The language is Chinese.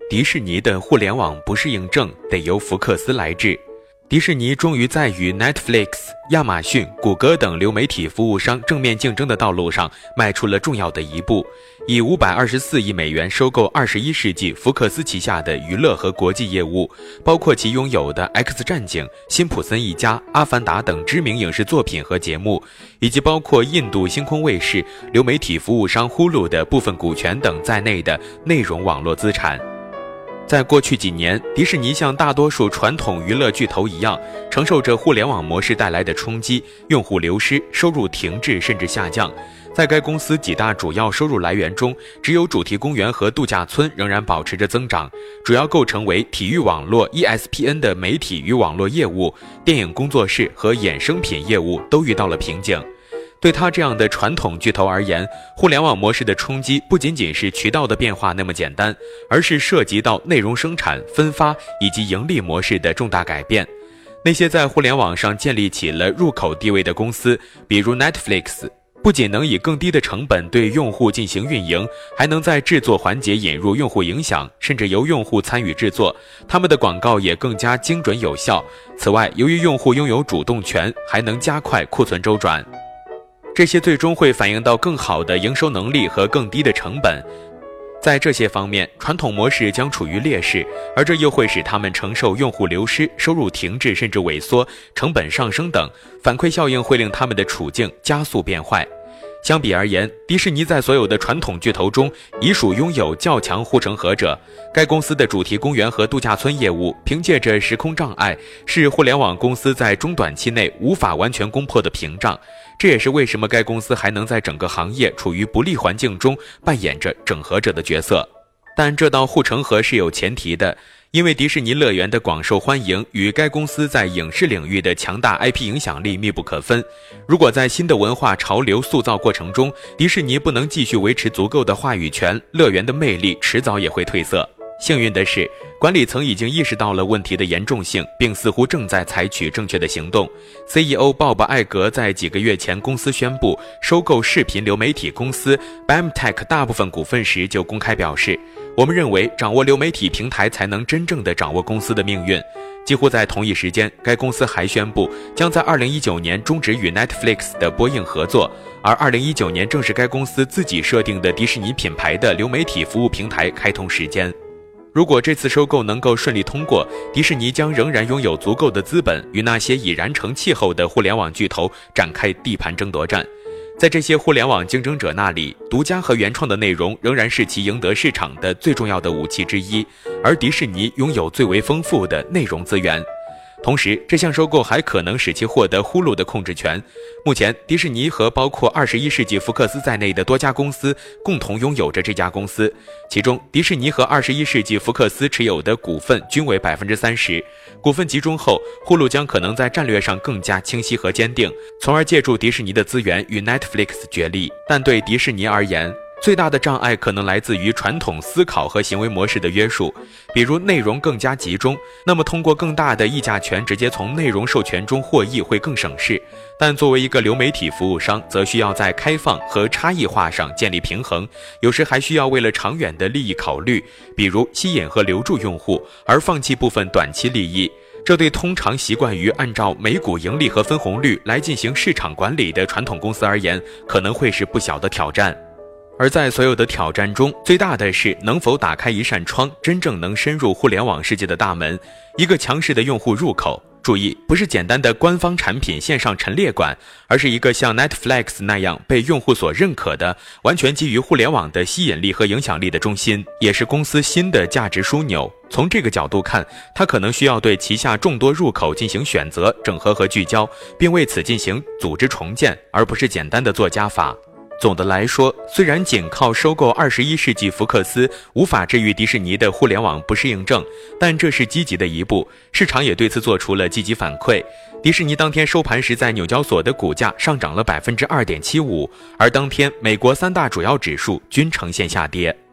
迪士尼的互联网不适应症得由福克斯来治。迪士尼终于在与 Netflix、亚马逊、谷歌等流媒体服务商正面竞争的道路上迈出了重要的一步，以524亿美元收购21世纪福克斯旗下的娱乐和国际业务，包括其拥有的 X 战警、辛普森一家、阿凡达等知名影视作品和节目，以及包括印度星空卫视、流媒体服务商 Hulu 的部分股权等在内的内容网络资产。在过去几年，迪士尼像大多数传统娱乐巨头一样，承受着互联网模式带来的冲击，用户流失、收入停滞甚至下降。在该公司几大主要收入来源中，只有主题公园和度假村仍然保持着增长，主要构成为体育网络 ESPN 的媒体与网络业务，电影工作室和衍生品业务都遇到了瓶颈。对他这样的传统巨头而言，互联网模式的冲击不仅仅是渠道的变化那么简单，而是涉及到内容生产、分发以及盈利模式的重大改变。那些在互联网上建立起了入口地位的公司，比如 Netflix， 不仅能以更低的成本对用户进行运营，还能在制作环节引入用户影响，甚至由用户参与制作，他们的广告也更加精准有效。此外，由于用户拥有主动权，还能加快库存周转。这些最终会反映到更好的营收能力和更低的成本。在这些方面，传统模式将处于劣势，而这又会使他们承受用户流失、收入停滞甚至萎缩、成本上升等反馈效应，会令他们的处境加速变坏。相比而言，迪士尼在所有的传统巨头中已属拥有较强护城河者。该公司的主题公园和度假村业务凭借着时空障碍，是互联网公司在中短期内无法完全攻破的屏障。这也是为什么该公司还能在整个行业处于不利环境中扮演着整合者的角色。但这道护城河是有前提的，因为迪士尼乐园的广受欢迎与该公司在影视领域的强大 IP 影响力密不可分。如果在新的文化潮流塑造过程中，迪士尼不能继续维持足够的话语权，乐园的魅力迟早也会褪色。幸运的是，管理层已经意识到了问题的严重性，并似乎正在采取正确的行动。CEO 鲍勃·艾格在几个月前公司宣布收购视频流媒体公司 BAMTech 大部分股份时就公开表示，我们认为掌握流媒体平台才能真正地掌握公司的命运。几乎在同一时间，该公司还宣布将在2019年终止与 Netflix 的播映合作，而2019年正是该公司自己设定的迪士尼品牌的流媒体服务平台开通时间。如果这次收购能够顺利通过，迪士尼将仍然拥有足够的资本与那些已然成气候的互联网巨头展开地盘争夺战。在这些互联网竞争者那里，独家和原创的内容仍然是其赢得市场的最重要的武器之一，而迪士尼拥有最为丰富的内容资源。同时，这项收购还可能使其获得 Hulu 的控制权。目前，迪士尼和包括21世纪福克斯在内的多家公司共同拥有着这家公司，其中迪士尼和21世纪福克斯持有的股份均为 30%。股份集中后， Hulu 将可能在战略上更加清晰和坚定，从而借助迪士尼的资源与 Netflix 角力。但对迪士尼而言，最大的障碍可能来自于传统思考和行为模式的约束，比如内容更加集中，那么通过更大的议价权直接从内容授权中获益会更省事。但作为一个流媒体服务商，则需要在开放和差异化上建立平衡，有时还需要为了长远的利益考虑，比如吸引和留住用户，而放弃部分短期利益。这对通常习惯于按照每股盈利和分红率来进行市场管理的传统公司而言，可能会是不小的挑战。而在所有的挑战中，最大的是能否打开一扇窗，真正能深入互联网世界的大门，一个强势的用户入口。注意，不是简单的官方产品线上陈列馆，而是一个像 Netflix 那样被用户所认可的，完全基于互联网的吸引力和影响力的中心，也是公司新的价值枢纽。从这个角度看，它可能需要对旗下众多入口进行选择、整合和聚焦，并为此进行组织重建，而不是简单的做加法。总的来说，虽然仅靠收购21世纪福克斯无法治愈迪士尼的互联网不适应症，但这是积极的一步，市场也对此做出了积极反馈。迪士尼当天收盘时在纽交所的股价上涨了 2.75%， 而当天美国3大主要指数均呈现下跌。